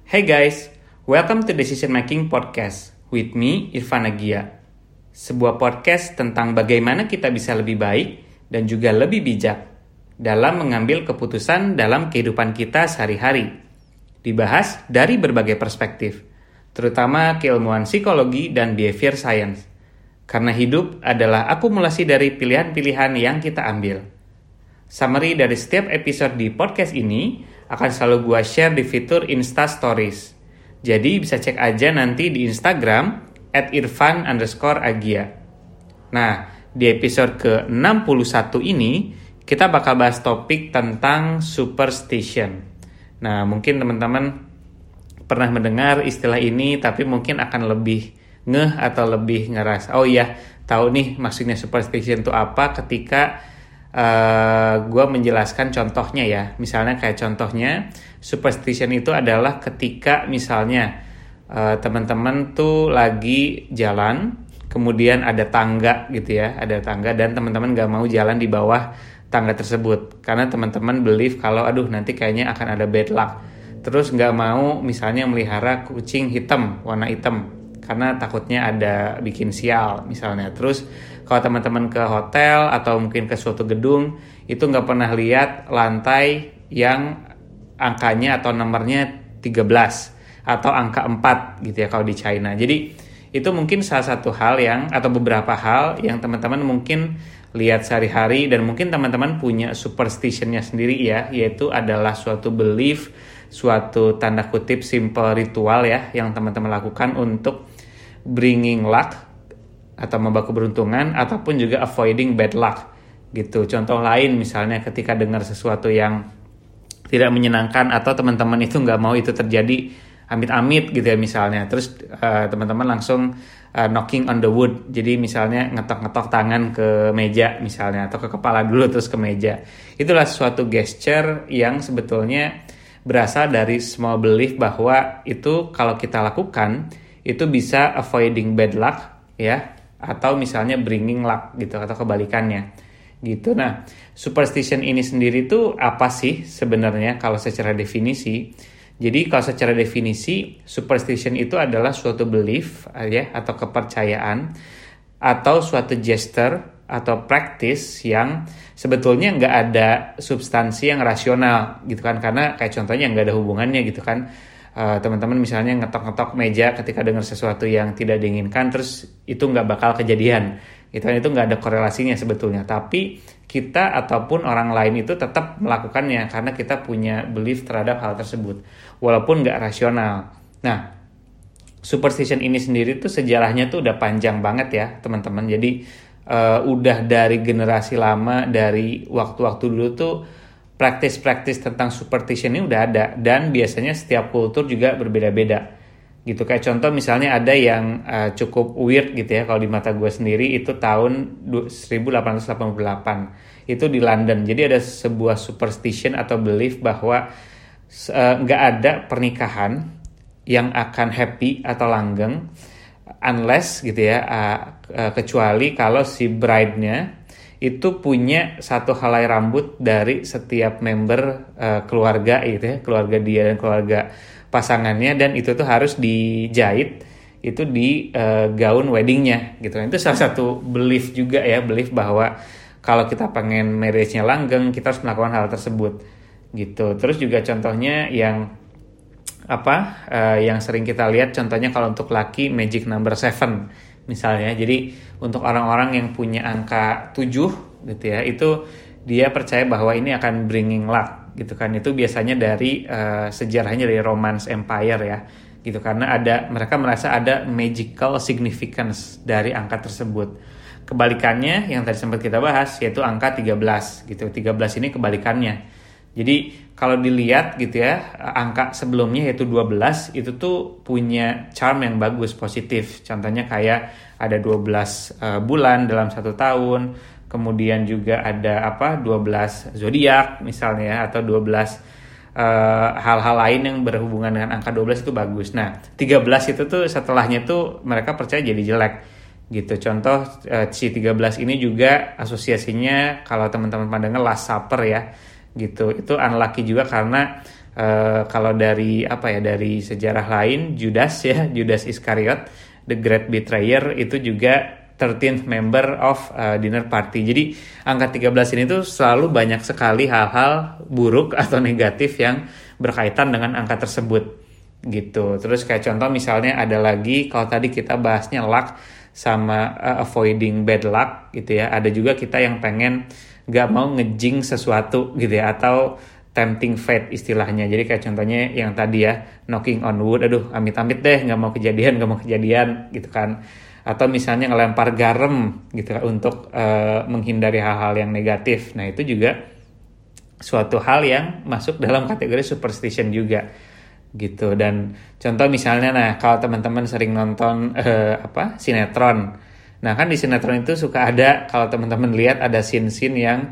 Hey guys, welcome to Decision Making Podcast with me, Irfan Agia. Sebuah podcast tentang bagaimana kita bisa lebih baik dan juga lebih bijak dalam mengambil keputusan dalam kehidupan kita sehari-hari. Dibahas dari berbagai perspektif, terutama keilmuan psikologi dan behavior science. Karena hidup adalah akumulasi dari pilihan-pilihan yang kita ambil. Summary dari setiap episode di podcast ini akan selalu gue share di fitur Insta Stories. Jadi bisa cek aja nanti di Instagram @irfan_agia. Nah, di episode ke-61 ini kita bakal bahas topik tentang superstition. Nah, mungkin teman-teman pernah mendengar istilah ini, tapi mungkin akan lebih ngeh atau lebih ngerasa, oh iya, tahu nih maksudnya superstition itu apa ketika gue menjelaskan contohnya ya. Misalnya kayak contohnya superstition itu adalah ketika misalnya teman-teman tuh lagi jalan, kemudian ada tangga gitu ya, ada tangga dan teman-teman gak mau jalan di bawah tangga tersebut karena teman-teman believe kalau aduh nanti kayaknya akan ada bad luck. Terus gak mau misalnya melihara kucing hitam, warna hitam karena takutnya ada bikin sial misalnya. Terus kalau teman-teman ke hotel atau mungkin ke suatu gedung itu nggak pernah lihat lantai yang angkanya atau nomornya 13 atau angka 4 gitu ya kalau di China. Jadi itu mungkin salah satu hal yang atau beberapa hal yang teman-teman mungkin lihat sehari-hari dan mungkin teman-teman punya superstitionnya sendiri ya, yaitu adalah suatu belief, suatu tanda kutip simple ritual ya yang teman-teman lakukan untuk bringing luck atau membawa keberuntungan ataupun juga avoiding bad luck gitu. Contoh lain misalnya ketika dengar sesuatu yang tidak menyenangkan atau teman-teman itu nggak mau itu terjadi amit-amit gitu ya misalnya. Terus teman-teman langsung knocking on the wood. Jadi misalnya ngetok-ngetok tangan ke meja misalnya atau ke kepala dulu terus ke meja. Itulah suatu gesture yang sebetulnya berasal dari small belief bahwa itu kalau kita lakukan itu bisa avoiding bad luck ya, atau misalnya bringing luck gitu atau kebalikannya gitu. Nah, superstition ini sendiri tuh apa sih sebenarnya kalau secara definisi? Jadi kalau secara definisi superstition itu adalah suatu belief ya atau kepercayaan atau suatu gesture atau practice yang sebetulnya nggak ada substansi yang rasional gitu kan, karena kayak contohnya nggak ada hubungannya gitu kan. Teman-teman misalnya ngetok-ngetok meja ketika dengar sesuatu yang tidak diinginkan, terus itu nggak bakal kejadian gitu kan, itu nggak ada korelasinya sebetulnya, tapi kita ataupun orang lain itu tetap melakukannya karena kita punya belief terhadap hal tersebut walaupun nggak rasional. Nah, superstition ini sendiri tuh sejarahnya tuh udah panjang banget ya teman-teman. Jadi udah dari generasi lama, dari waktu-waktu dulu tuh praktis-praktis tentang superstition ini udah ada, dan biasanya setiap kultur juga berbeda-beda gitu. Kayak contoh misalnya ada yang cukup weird gitu ya kalau di mata gue sendiri, itu tahun 1888 itu di London. Jadi ada sebuah superstition atau belief bahwa nggak ada pernikahan yang akan happy atau langgeng unless gitu ya kecuali kalau si bride-nya itu punya satu helai rambut dari setiap member keluarga gitu ya, keluarga dia dan keluarga pasangannya, dan itu tuh harus dijahit itu di gaun weddingnya gitu. Itu salah satu belief juga ya, belief bahwa kalau kita pengen marriage-nya langgeng kita harus melakukan hal tersebut gitu. Terus juga contohnya yang yang sering kita lihat, contohnya kalau untuk laki magic number 7 misalnya. Jadi untuk orang-orang yang punya angka 7 gitu ya, itu dia percaya bahwa ini akan bringing luck gitu kan. Itu biasanya dari sejarahnya dari Romance Empire ya gitu, karena mereka merasa ada magical significance dari angka tersebut. Kebalikannya yang tadi sempat kita bahas yaitu angka 13 gitu. 13 ini kebalikannya. Jadi kalau dilihat gitu ya, angka sebelumnya yaitu 12 itu tuh punya charm yang bagus, positif. Contohnya kayak ada 12 bulan dalam satu tahun, kemudian juga ada 12 zodiak misalnya, atau 12 hal-hal lain yang berhubungan dengan angka 12 itu bagus. Nah, 13 itu tuh setelahnya tuh mereka percaya jadi jelek gitu. Contoh si 13 ini juga asosiasinya kalau teman-teman pandangnya Last Supper ya gitu. Itu unlucky juga karena Kalau dari dari sejarah lain, Judas Iscariot, the great betrayer, itu juga 13th member of dinner party. Jadi angka 13 ini tuh selalu banyak sekali hal-hal buruk atau negatif yang berkaitan dengan angka tersebut gitu. Terus kayak contoh misalnya ada lagi, kalau tadi kita bahasnya luck sama avoiding bad luck gitu ya. Ada juga kita yang pengen gak mau ngejing sesuatu gitu ya, atau tempting fate istilahnya. Jadi kayak contohnya yang tadi ya, knocking on wood, aduh amit-amit deh gak mau kejadian gitu kan. Atau misalnya ngelempar garam gitu untuk menghindari hal-hal yang negatif. Nah itu juga suatu hal yang masuk dalam kategori superstition juga gitu. Dan contoh misalnya, nah kalau teman-teman sering nonton sinetron, nah kan di sinetron itu suka ada, kalau teman-teman lihat ada scene-scene yang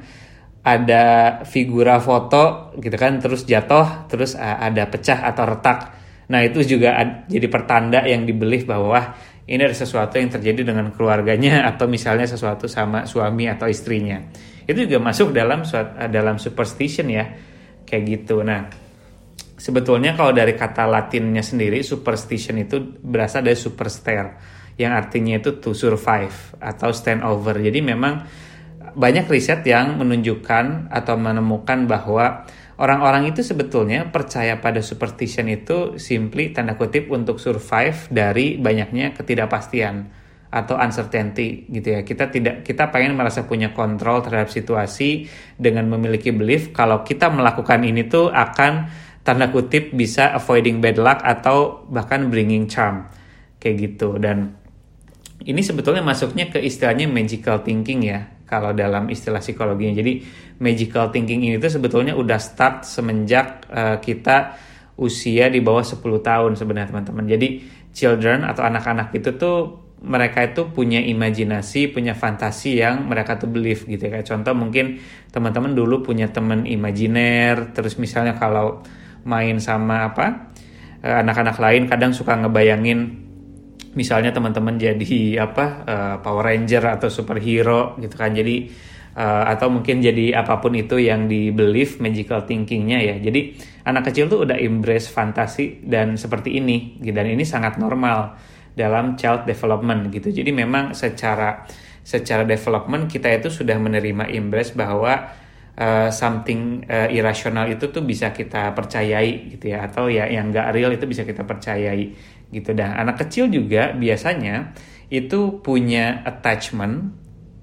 ada figura foto gitu kan, terus jatuh, terus ada pecah atau retak. Nah itu juga jadi pertanda yang di-believe bahwa ini ada sesuatu yang terjadi dengan keluarganya, atau misalnya sesuatu sama suami atau istrinya. Itu juga masuk dalam superstition ya, kayak gitu. Nah, sebetulnya kalau dari kata Latinnya sendiri, superstition itu berasal dari superstare, yang artinya itu to survive atau stand over. Jadi memang banyak riset yang menunjukkan atau menemukan bahwa orang-orang itu sebetulnya percaya pada superstition itu simply tanda kutip untuk survive dari banyaknya ketidakpastian atau uncertainty gitu ya. Kita pengen merasa punya kontrol terhadap situasi dengan memiliki belief kalau kita melakukan ini tuh akan tanda kutip bisa avoiding bad luck atau bahkan bringing charm kayak gitu. Dan ini sebetulnya masuknya ke istilahnya magical thinking ya, kalau dalam istilah psikologinya. Jadi magical thinking ini tuh sebetulnya udah start semenjak kita usia di bawah 10 tahun sebenarnya teman-teman. Jadi children atau anak-anak itu tuh mereka itu punya imajinasi, punya fantasi yang mereka tuh believe gitu ya. Kayak contoh mungkin teman-teman dulu punya teman imajiner, terus misalnya kalau main sama anak-anak lain kadang suka ngebayangin misalnya teman-teman jadi Power Ranger atau superhero gitu kan. Jadi atau mungkin jadi apapun itu yang di belief magical thinkingnya ya. Jadi anak kecil tuh udah embrace fantasi dan seperti ini, dan ini sangat normal dalam child development gitu. Jadi memang secara development kita itu sudah menerima embrace bahwa something irasional itu tuh bisa kita percayai gitu ya, atau ya yang nggak real itu bisa kita percayai gitu. Dan anak kecil juga biasanya itu punya attachment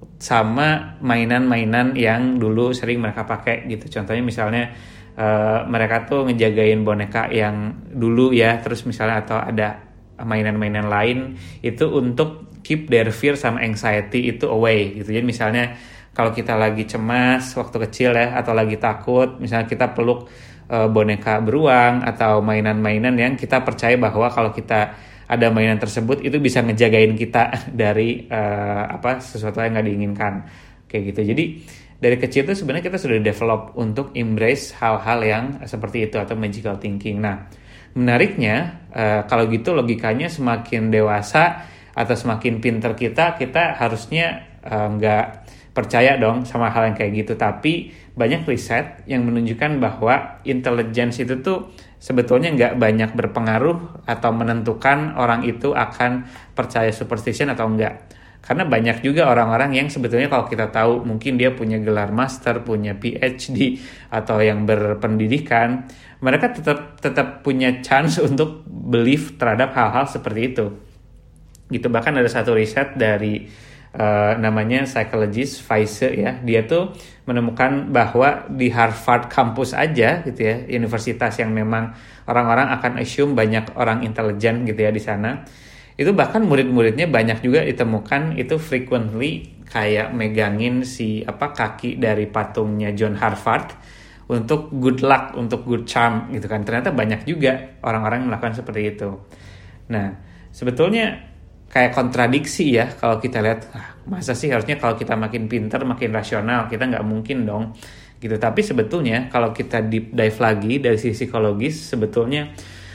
sama mainan-mainan yang dulu sering mereka pakai gitu. Contohnya misalnya mereka tuh ngejagain boneka yang dulu ya, terus misalnya atau ada mainan-mainan lain itu untuk keep their fear sama anxiety itu away gitu. Jadi misalnya kalau kita lagi cemas waktu kecil ya, atau lagi takut, misalnya kita peluk boneka beruang atau mainan-mainan yang kita percaya bahwa kalau kita ada mainan tersebut itu bisa ngejagain kita dari sesuatu yang nggak diinginkan kayak gitu. Jadi dari kecil itu sebenarnya kita sudah develop untuk embrace hal-hal yang seperti itu atau magical thinking. Nah menariknya kalau gitu logikanya semakin dewasa atau semakin pinter kita harusnya nggak percaya dong sama hal yang kayak gitu. Tapi banyak riset yang menunjukkan bahwa intelligence itu tuh sebetulnya nggak banyak berpengaruh atau menentukan orang itu akan percaya superstition atau enggak. Karena banyak juga orang-orang yang sebetulnya kalau kita tahu mungkin dia punya gelar master, punya PhD atau yang berpendidikan, mereka tetap punya chance untuk believe terhadap hal-hal seperti itu. Gitu. Bahkan ada satu riset dari namanya psychologist Weisse ya, dia tuh menemukan bahwa di Harvard kampus aja gitu ya, universitas yang memang orang-orang akan assume banyak orang intelijen gitu ya di sana, itu bahkan murid-muridnya banyak juga ditemukan itu frequently kayak megangin kaki dari patungnya John Harvard untuk good luck, untuk good charm gitu kan. Ternyata banyak juga orang-orang yang melakukan seperti itu. Nah sebetulnya kayak kontradiksi ya kalau kita lihat, masa sih harusnya kalau kita makin pinter makin rasional, kita nggak mungkin dong gitu. Tapi sebetulnya kalau kita deep dive lagi dari sisi psikologis, sebetulnya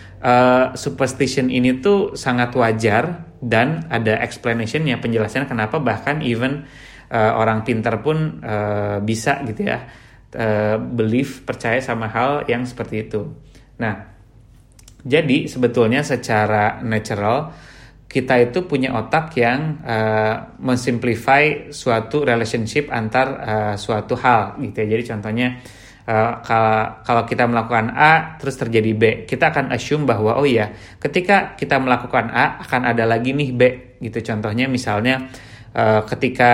superstition ini tuh sangat wajar dan ada explanationnya, penjelasannya kenapa bahkan even orang pinter pun bisa gitu ya believe, percaya sama hal yang seperti itu. Nah, jadi sebetulnya secara natural kita itu punya otak yang mensimplify suatu relationship antar suatu hal gitu ya. Jadi contohnya kalau kita melakukan A terus terjadi B, kita akan assume bahwa oh iya, ketika kita melakukan A akan ada lagi nih B gitu. Contohnya misalnya ketika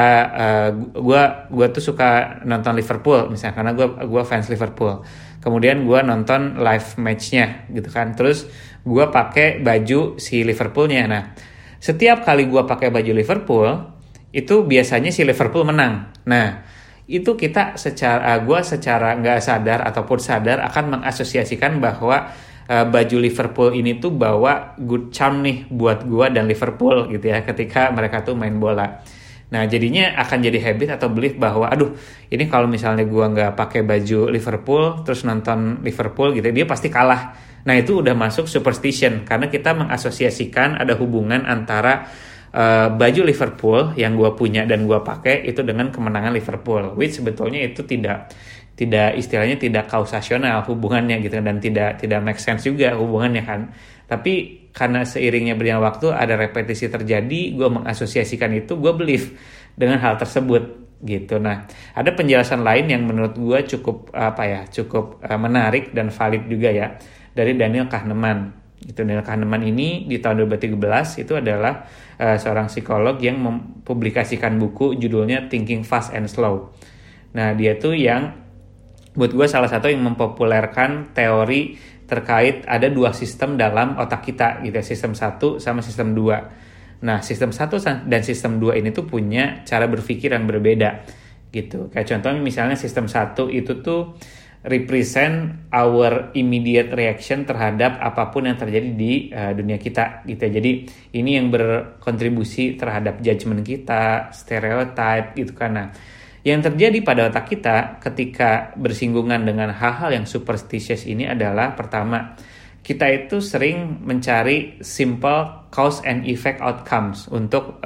gue tuh suka nonton Liverpool misalnya, karena gue fans Liverpool. Kemudian gue nonton live matchnya gitu kan, terus gue pakai baju si Liverpoolnya. Nah, setiap kali gue pakai baju Liverpool itu biasanya si Liverpool menang. Nah, itu gue secara nggak sadar ataupun sadar akan mengasosiasikan bahwa baju Liverpool ini tuh bawa good charm nih buat gue dan Liverpool gitu ya, ketika mereka tuh main bola. Nah, jadinya akan jadi habit atau belief bahwa aduh, ini kalau misalnya gue nggak pakai baju Liverpool terus nonton Liverpool gitu, dia pasti kalah. Nah, itu udah masuk superstition karena kita mengasosiasikan ada hubungan antara baju Liverpool yang gue punya dan gue pakai itu dengan kemenangan Liverpool, which sebetulnya itu tidak istilahnya tidak kausasional hubungannya gitu, dan tidak make sense juga hubungannya kan. Tapi karena seiringnya berjalan waktu ada repetisi terjadi, gue mengasosiasikan itu, gue believe dengan hal tersebut gitu. Nah, ada penjelasan lain yang menurut gue cukup menarik dan valid juga ya, dari Daniel Kahneman. Itu Daniel Kahneman ini di tahun 2013 itu adalah seorang psikolog yang mempublikasikan buku judulnya Thinking Fast and Slow. Nah, dia tuh yang buat gue salah satu yang mempopulerkan teori terkait ada dua sistem dalam otak kita gitu, sistem 1 sama sistem 2. Nah, sistem 1 dan sistem 2 ini tuh punya cara berpikir yang berbeda gitu. Kayak contohnya misalnya sistem 1 itu tuh represent our immediate reaction terhadap apapun yang terjadi di dunia kita gitu. Jadi ini yang berkontribusi terhadap judgement kita, stereotype gitu kan. Nah, yang terjadi pada otak kita ketika bersinggungan dengan hal-hal yang superstitious ini adalah, pertama, kita itu sering mencari simple cause and effect outcomes untuk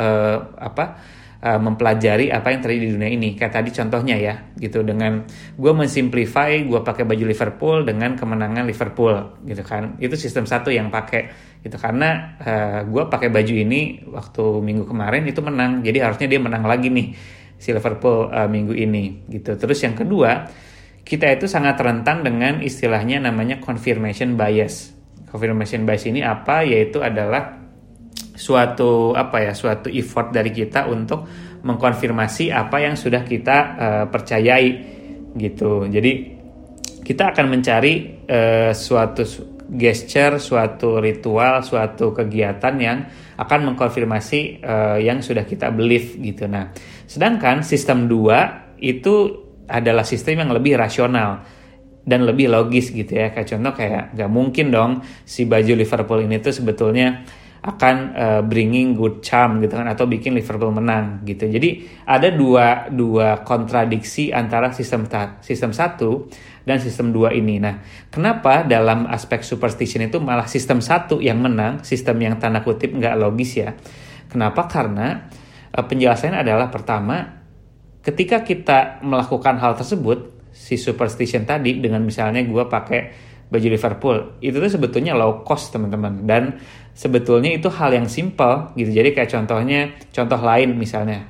mempelajari apa yang terjadi di dunia ini. Kayak tadi contohnya ya, gitu, dengan gue mensimplify, gue pakai baju Liverpool dengan kemenangan Liverpool, gitu kan. Itu sistem 1 yang pakai, gitu. Karena gue pakai baju ini waktu minggu kemarin itu menang, jadi harusnya dia menang lagi nih si Liverpool minggu ini, gitu. Terus yang kedua, kita itu sangat rentan dengan istilahnya namanya confirmation bias. Confirmation bias ini apa? Yaitu adalah suatu effort dari kita untuk mengkonfirmasi apa yang sudah kita percayai, gitu. Jadi kita akan mencari suatu gesture, suatu ritual, suatu kegiatan yang akan mengkonfirmasi yang sudah kita believe, gitu. Nah, sedangkan sistem 2 itu adalah sistem yang lebih rasional dan lebih logis, gitu ya. Kayak contoh, kayak gak mungkin dong si baju Liverpool ini tuh sebetulnya akan bringing good charm, gitu kan, atau bikin Liverpool menang, gitu. Jadi ada dua kontradiksi antara sistem 1 dan sistem 2 ini. Nah, kenapa dalam aspek superstition itu malah sistem 1 yang menang, sistem yang tanda kutip nggak logis ya? Kenapa? Karena penjelasannya adalah, pertama, ketika kita melakukan hal tersebut, si superstition tadi, dengan misalnya gue pakai baju Liverpool, itu tuh sebetulnya low cost, teman-teman, dan sebetulnya itu hal yang simple, gitu. Jadi kayak contoh lain misalnya,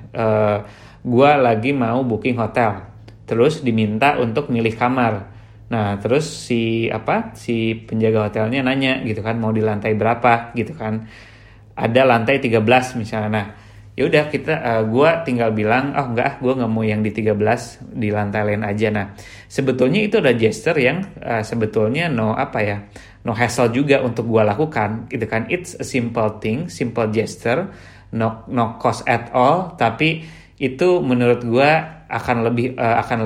gue lagi mau booking hotel, terus diminta untuk milih kamar. Nah, terus si penjaga hotelnya nanya, gitu kan, mau di lantai berapa, gitu kan. Ada lantai 13 misalnya. Nah, ya udah, gue tinggal bilang, oh enggak, gue nggak mau yang di 13, di lantai lain aja. Nah, sebetulnya itu ada gesture yang sebetulnya no hassle juga untuk gue lakukan, gitu kan. It's a simple thing, simple gesture, no cost at all, tapi itu menurut gue akan lebih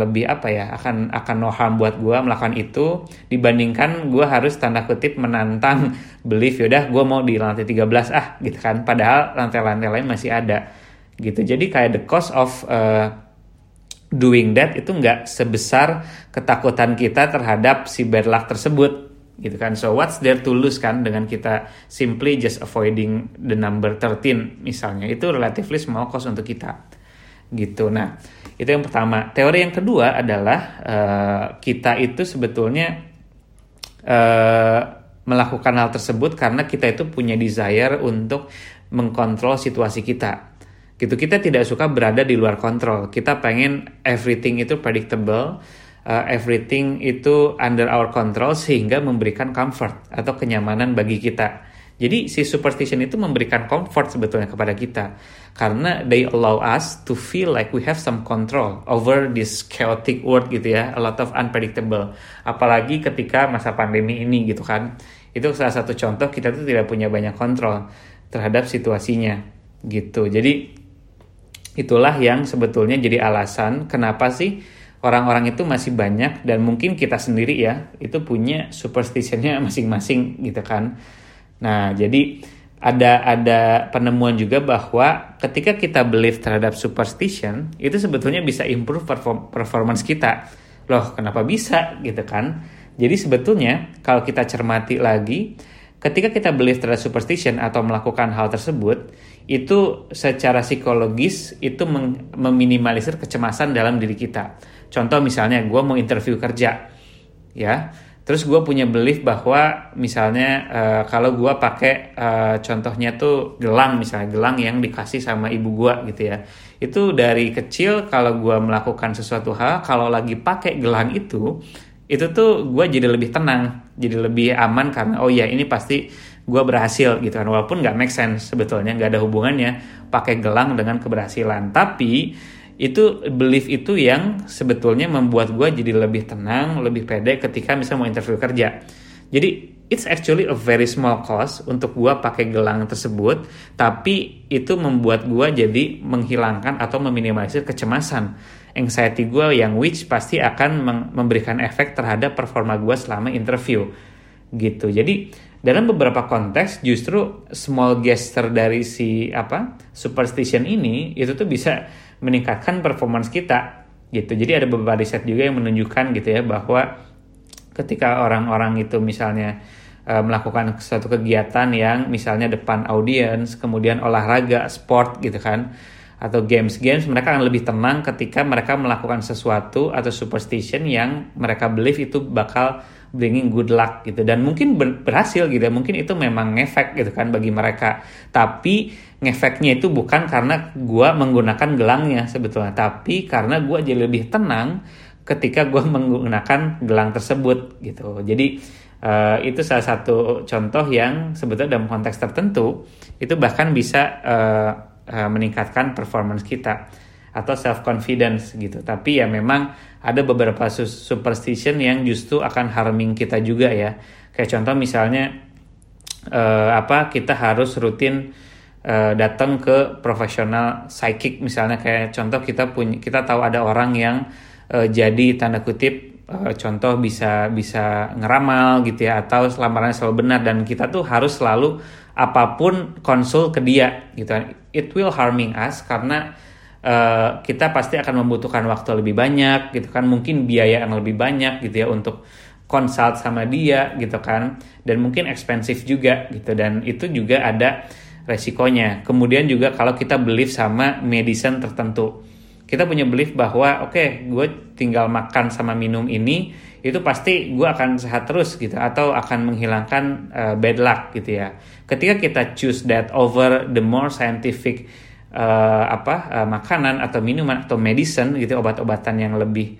no harm buat gue melakukan itu dibandingkan gue harus tanda kutip menantang belief, yaudah gue mau di lantai 13 gitu kan, padahal lantai-lantai lain masih ada, gitu. Jadi kayak the cost of doing that itu nggak sebesar ketakutan kita terhadap si bad luck tersebut, gitu kan. So what's there to lose kan dengan kita simply just avoiding the number 13 misalnya, itu relatively small cost untuk kita, gitu. Nah, itu yang pertama. Teori yang kedua adalah kita itu sebetulnya melakukan hal tersebut karena kita itu punya desire untuk mengkontrol situasi kita. Gitu, kita tidak suka berada di luar kontrol. Kita pengen everything itu predictable, everything itu under our control sehingga memberikan comfort atau kenyamanan bagi kita. Jadi si superstition itu memberikan comfort sebetulnya kepada kita karena they allow us to feel like we have some control over this chaotic world gitu ya, a lot of unpredictable. Apalagi ketika masa pandemi ini gitu kan. Itu salah satu contoh kita tuh tidak punya banyak kontrol terhadap situasinya gitu. Jadi itulah yang sebetulnya jadi alasan kenapa sih orang-orang itu masih banyak dan mungkin kita sendiri ya itu punya superstitionnya masing-masing gitu kan. Nah, jadi ada penemuan juga bahwa ketika kita believe terhadap superstition itu sebetulnya bisa improve performance kita. Loh, kenapa bisa gitu kan? Jadi sebetulnya kalau kita cermati lagi, ketika kita believe terhadap superstition atau melakukan hal tersebut, itu secara psikologis itu meminimalisir kecemasan dalam diri kita. Contoh misalnya gue mau interview kerja, ya, terus gue punya belief bahwa misalnya kalau gue pakai contohnya tuh gelang, misalnya gelang yang dikasih sama ibu gue gitu ya, itu dari kecil kalau gue melakukan sesuatu hal, kalau lagi pakai gelang itu tuh gue jadi lebih tenang, jadi lebih aman karena oh ya ini pasti gue berhasil gitu kan, walaupun nggak make sense sebetulnya, nggak ada hubungannya pakai gelang dengan keberhasilan, tapi itu belief itu yang sebetulnya membuat gue jadi lebih tenang, lebih pede ketika misalnya mau interview kerja. Jadi it's actually a very small cost untuk gue pakai gelang tersebut, tapi itu membuat gue jadi menghilangkan atau meminimalisir kecemasan, anxiety gue yang which pasti akan memberikan efek terhadap performa gue selama interview gitu. Jadi dalam beberapa konteks justru small gesture dari si superstition ini itu tuh bisa meningkatkan performance kita gitu. Jadi ada beberapa riset juga yang menunjukkan gitu ya bahwa ketika orang-orang itu misalnya melakukan suatu kegiatan yang misalnya depan audiens, kemudian olahraga, sport gitu kan, atau games, mereka akan lebih tenang ketika mereka melakukan sesuatu atau superstition yang mereka believe itu bakal bringing good luck gitu, dan mungkin berhasil gitu ya, mungkin itu memang ngefek gitu kan bagi mereka, tapi ngefeknya itu bukan karena gue menggunakan gelangnya sebetulnya, tapi karena gue jadi lebih tenang ketika gue menggunakan gelang tersebut gitu. Jadi itu salah satu contoh yang sebetulnya dalam konteks tertentu itu bahkan bisa meningkatkan performance kita atau self confidence gitu. Tapi ya memang ada beberapa superstition yang justru akan harming kita juga ya. Kayak contoh misalnya kita harus rutin datang ke profesional psychic misalnya, kayak contoh kita tahu ada orang yang jadi tanda kutip contoh bisa ngeramal gitu ya, atau lamarannya selalu benar, dan kita tuh harus selalu apapun konsul ke dia gitu. It will harming us karena kita pasti akan membutuhkan waktu lebih banyak gitu kan, mungkin biaya yang lebih banyak gitu ya untuk consult sama dia gitu kan, dan mungkin expensive juga gitu, dan itu juga ada resikonya. Kemudian juga kalau kita believe sama medicine tertentu, kita punya belief bahwa gue tinggal makan sama minum ini itu pasti gue akan sehat terus gitu, atau akan menghilangkan bad luck gitu ya. Ketika kita choose that over the more scientific makanan atau minuman atau medicine gitu, obat-obatan yang lebih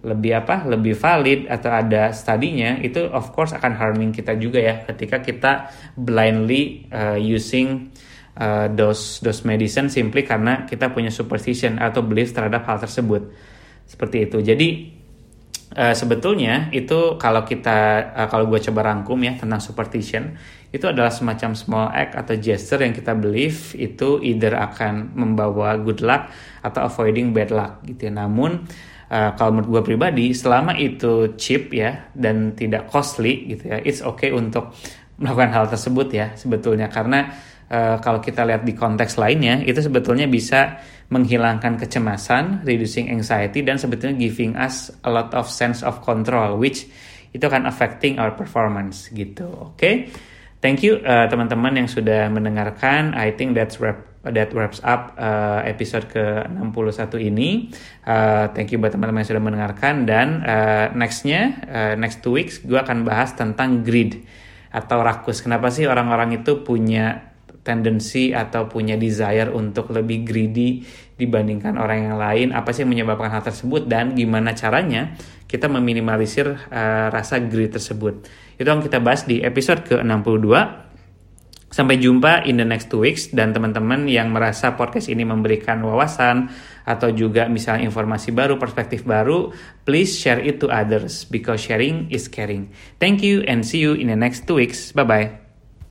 valid atau ada studinya, itu of course akan harming kita juga ya ketika kita blindly using those medicine simply karena kita punya superstition atau belief terhadap hal tersebut. Seperti itu. Jadi sebetulnya itu kalau gue coba rangkum ya tentang superstition, itu adalah semacam small act atau gesture yang kita believe itu either akan membawa good luck atau avoiding bad luck gitu ya. Namun kalau menurut gue pribadi, selama itu cheap ya dan tidak costly gitu ya, it's okay untuk melakukan hal tersebut ya sebetulnya, karena kalau kita lihat di konteks lainnya itu sebetulnya bisa menghilangkan kecemasan, reducing anxiety, dan sebetulnya giving us a lot of sense of control, which itu akan affecting our performance gitu. Oke. Thank you teman-teman yang sudah mendengarkan. I think that's wrap that wraps up episode ke-61 ini. Thank you buat teman-teman yang sudah mendengarkan. Dan next 2 weeks gue akan bahas tentang greed atau rakus. Kenapa sih orang-orang itu punya tendensi atau punya desire untuk lebih greedy dibandingkan orang yang lain? Apa sih yang menyebabkan hal tersebut, dan gimana caranya kita meminimalisir rasa greed tersebut? Itu yang kita bahas di episode ke-62. Sampai jumpa in the next 2 weeks. Dan teman-teman yang merasa podcast ini memberikan wawasan atau juga misalnya informasi baru, perspektif baru, please share it to others because sharing is caring. Thank you and see you in the next 2 weeks. Bye-bye.